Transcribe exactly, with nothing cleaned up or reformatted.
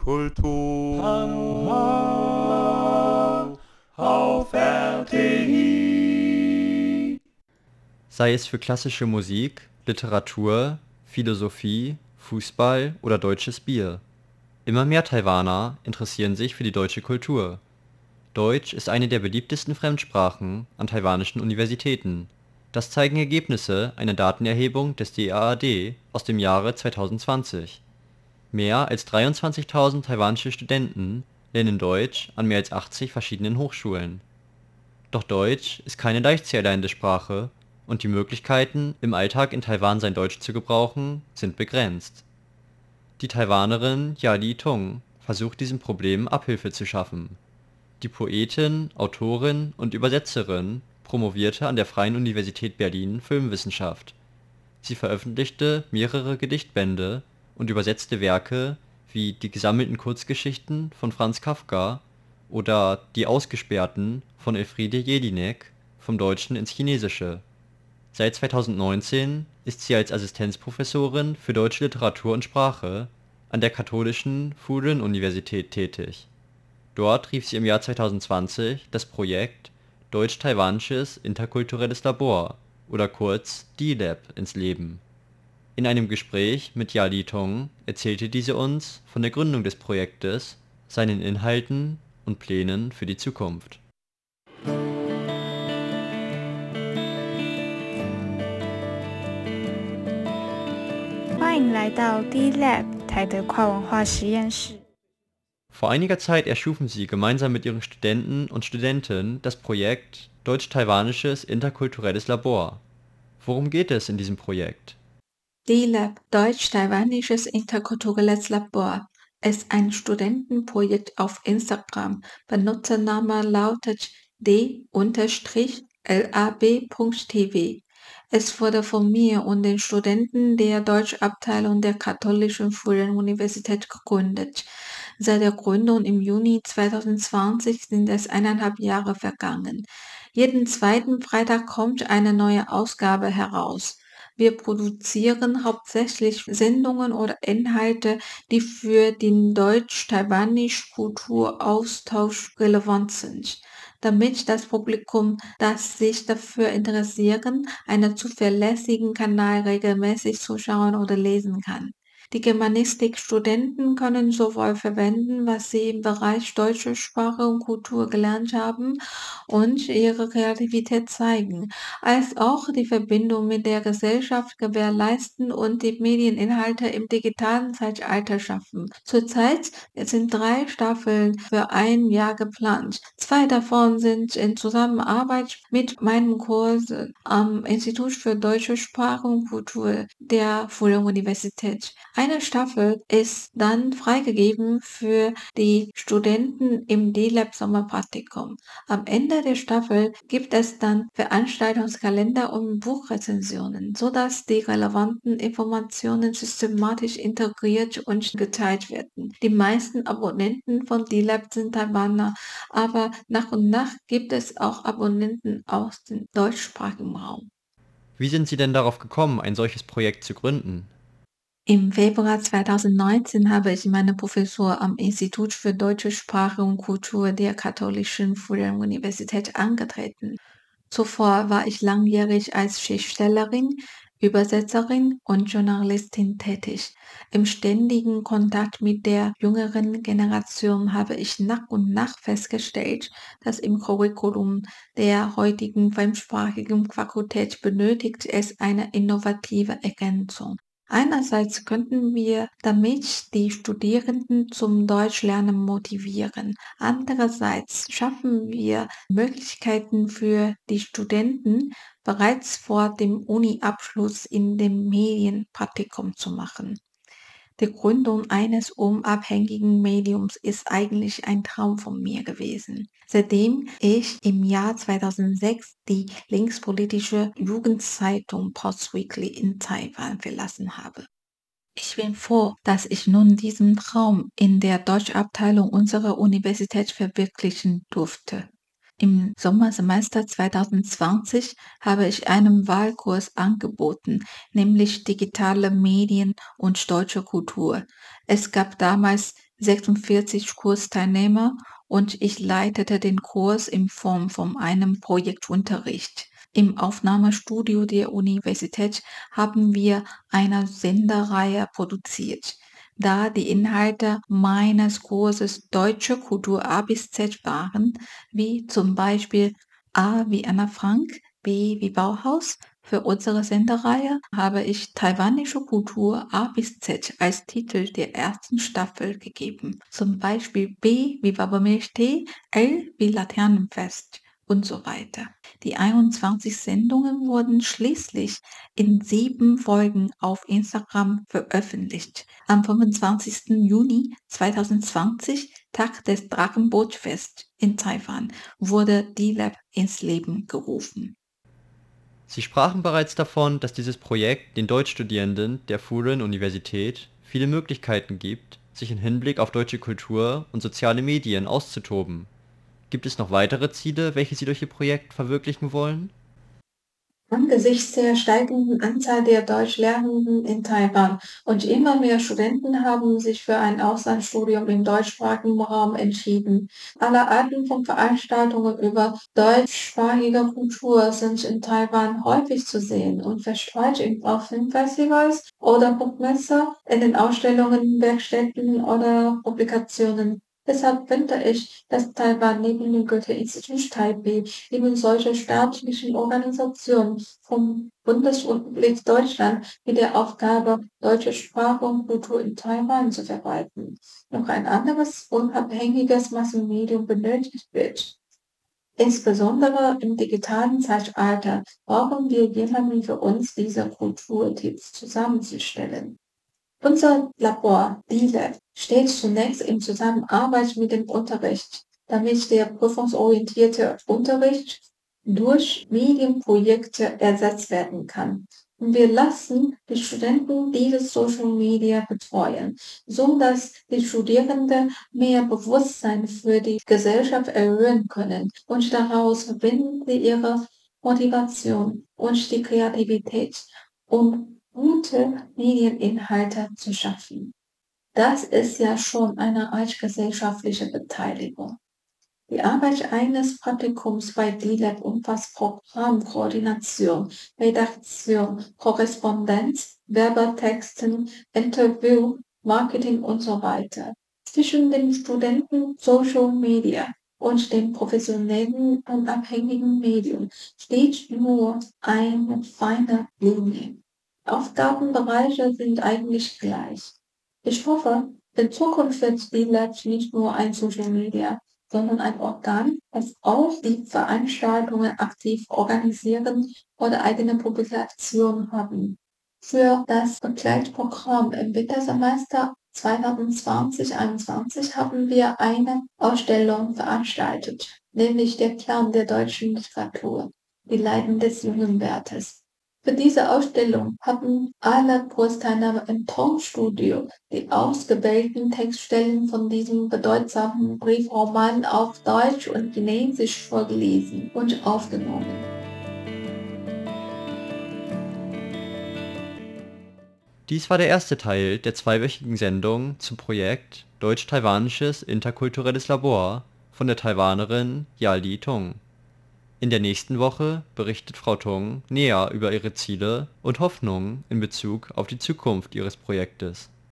Kultur auf R T I. Sei es für klassische Musik, Literatur, Philosophie, Fußball oder deutsches Bier. Immer mehr Taiwaner interessieren sich für die deutsche Kultur. Deutsch ist eine der beliebtesten Fremdsprachen an taiwanischen Universitäten. Das zeigen Ergebnisse einer Datenerhebung des D A A D aus dem Jahre zweitausendzwanzig. Mehr als dreiundzwanzigtausend taiwanische Studenten lernen Deutsch an mehr als achtzig verschiedenen Hochschulen. Doch Deutsch ist keine leicht zu erlernende Sprache und die Möglichkeiten, im Alltag in Taiwan sein Deutsch zu gebrauchen, sind begrenzt. Die Taiwanerin Jia Tung versucht diesem Problem Abhilfe zu schaffen. Die Poetin, Autorin und Übersetzerin promovierte an der Freien Universität Berlin Filmwissenschaft. Sie veröffentlichte mehrere Gedichtbände und übersetzte Werke wie Die gesammelten Kurzgeschichten von Franz Kafka oder Die Ausgesperrten von Elfriede Jelinek vom Deutschen ins Chinesische. Seit zweitausendneunzehn ist sie als Assistenzprofessorin für Deutsche Literatur und Sprache an der Katholischen Fu-Jen-Universität tätig. Dort rief sie im Jahr zweitausendzwanzig das Projekt Deutsch-Taiwanisches Interkulturelles Labor oder kurz D Lab ins Leben. In einem Gespräch mit Jia Tung erzählte diese uns von der Gründung des Projektes, seinen Inhalten und Plänen für die Zukunft. 欢迎来到 D Lab 台德跨文化实验室。 Vor einiger Zeit erschufen sie gemeinsam mit ihren Studenten und Studentinnen das Projekt Deutsch-Taiwanisches Interkulturelles Labor. Worum geht es in diesem Projekt? D Lab Deutsch-Taiwanisches Interkulturelles Labor ist ein Studentenprojekt auf Instagram. Benutzername lautet d lab punkt t v. Es wurde von mir und den Studenten der Deutschabteilung der Katholischen Fu-Jen-Universität gegründet. Seit der Gründung im Juni zweitausendzwanzig sind es eineinhalb Jahre vergangen. Jeden zweiten Freitag kommt eine neue Ausgabe heraus. Wir produzieren hauptsächlich Sendungen oder Inhalte, die für den deutsch-taiwanischen Kulturaustausch relevant sind, damit das Publikum, das sich dafür interessiert, einen zuverlässigen Kanal regelmäßig zuschauen oder lesen kann. Die Germanistik-Studenten können sowohl verwenden, was sie im Bereich deutsche Sprache und Kultur gelernt haben und ihre Kreativität zeigen, als auch die Verbindung mit der Gesellschaft gewährleisten und die Medieninhalte im digitalen Zeitalter schaffen. Zurzeit sind drei Staffeln für ein Jahr geplant. Zwei davon sind in Zusammenarbeit mit meinem Kurs am Institut für Deutsche Sprache und Kultur der Fu-Jen-Universität. Eine Staffel ist dann freigegeben für die Studenten im D Lab Sommerpraktikum. Am Ende der Staffel gibt es dann Veranstaltungskalender und Buchrezensionen, sodass die relevanten Informationen systematisch integriert und geteilt werden. Die meisten Abonnenten von D Lab sind Taiwaner, aber nach und nach gibt es auch Abonnenten aus dem deutschsprachigen Raum. Wie sind Sie denn darauf gekommen, ein solches Projekt zu gründen? Im Februar zweitausendneunzehn habe ich meine Professur am Institut für Deutsche Sprache und Kultur der Katholischen Fu-Jen-Universität angetreten. Zuvor war ich langjährig als Schriftstellerin, Übersetzerin und Journalistin tätig. Im ständigen Kontakt mit der jüngeren Generation habe ich nach und nach festgestellt, dass im Curriculum der heutigen fremdsprachigen Fakultät benötigt es eine innovative Ergänzung. Einerseits könnten wir damit die Studierenden zum Deutschlernen motivieren. Andererseits schaffen wir Möglichkeiten für die Studenten, bereits vor dem Uni-Abschluss in dem Medienpraktikum zu machen. Die Gründung eines unabhängigen Mediums ist eigentlich ein Traum von mir gewesen, seitdem ich im Jahr zweitausendsechs die linkspolitische Jugendzeitung Post Weekly in Taiwan verlassen habe. Ich bin froh, dass ich nun diesen Traum in der Deutschabteilung unserer Universität verwirklichen durfte. Im Sommersemester zweitausendzwanzig habe ich einen Wahlkurs angeboten, nämlich digitale Medien und deutsche Kultur. Es gab damals sechsundvierzig Kursteilnehmer und ich leitete den Kurs in Form von einem Projektunterricht. Im Aufnahmestudio der Universität haben wir eine Sendereihe produziert. Da die Inhalte meines Kurses Deutsche Kultur A bis Z waren, wie zum Beispiel A wie Anna Frank, B wie Bauhaus. Für unsere Sendereihe habe ich taiwanische Kultur A bis Z als Titel der ersten Staffel gegeben. Zum Beispiel B wie Wabermilchtee, L wie Laternenfest und so weiter. Die einundzwanzig Sendungen wurden schließlich in sieben Folgen auf Instagram veröffentlicht. Am fünfundzwanzigsten Juni zweitausendzwanzig, Tag des Drachenbootfest in Taiwan, wurde D-Lab ins Leben gerufen. Sie sprachen bereits davon, dass dieses Projekt den Deutschstudierenden der Fudan-Universität viele Möglichkeiten gibt, sich im Hinblick auf deutsche Kultur und soziale Medien auszutoben. Gibt es noch weitere Ziele, welche Sie durch Ihr Projekt verwirklichen wollen? Angesichts der steigenden Anzahl der Deutschlernenden in Taiwan und immer mehr Studenten haben sich für ein Auslandsstudium im deutschsprachigen Raum entschieden. Alle Arten von Veranstaltungen über deutschsprachige Kultur sind in Taiwan häufig zu sehen und verstreut auf Filmfestivals oder Buchmesse, in den Ausstellungen, Werkstätten oder Publikationen. Deshalb finde ich, dass Taiwan neben dem Goethe-Institut Taipei neben solcher staatlichen Organisationen vom Bundesrepublik Deutschland mit der Aufgabe, deutsche Sprache und Kultur in Taiwan zu verbreiten, noch ein anderes unabhängiges Massenmedium benötigt wird. Insbesondere im digitalen Zeitalter brauchen wir jemanden für uns, diese Kulturtipps zusammenzustellen. Unser Labor D-Lab steht zunächst in Zusammenarbeit mit dem Unterricht, damit der prüfungsorientierte Unterricht durch Medienprojekte ersetzt werden kann. Und wir lassen die Studenten diese Social Media betreuen, so dass die Studierenden mehr Bewusstsein für die Gesellschaft erhöhen können und daraus verbinden sie ihre Motivation und die Kreativität, um gute Medieninhalte zu schaffen. Das ist ja schon eine Art gesellschaftliche Beteiligung. Die Arbeit eines Praktikums bei D-Lab umfasst Programmkoordination, Redaktion, Korrespondenz, Werbetexten, Interview, Marketing und so weiter. Zwischen den Studenten Social Media und dem professionellen unabhängigen Medium steht nur eine feine Linie. Aufgabenbereiche sind eigentlich gleich. Ich hoffe, in Zukunft wird D-Lab nicht nur ein Social Media, sondern ein Organ, das auch die Veranstaltungen aktiv organisieren oder eigene Publikationen haben. Für das Begleitprogramm im Wintersemester zweitausendzwanzig einundzwanzig haben wir eine Ausstellung veranstaltet, nämlich der Kern der deutschen Literatur, die Leiden des jungen Werthers. Für diese Ausstellung haben alle Kursteilnehmer im Tonstudio die ausgewählten Textstellen von diesem bedeutsamen Briefroman auf Deutsch und Chinesisch vorgelesen und aufgenommen. Dies war der erste Teil der zweiwöchigen Sendung zum Projekt Deutsch-Taiwanisches interkulturelles Labor von der Taiwanerin Yali Tung. In der nächsten Woche berichtet Frau Tung näher über ihre Ziele und Hoffnungen in Bezug auf die Zukunft ihres Projektes.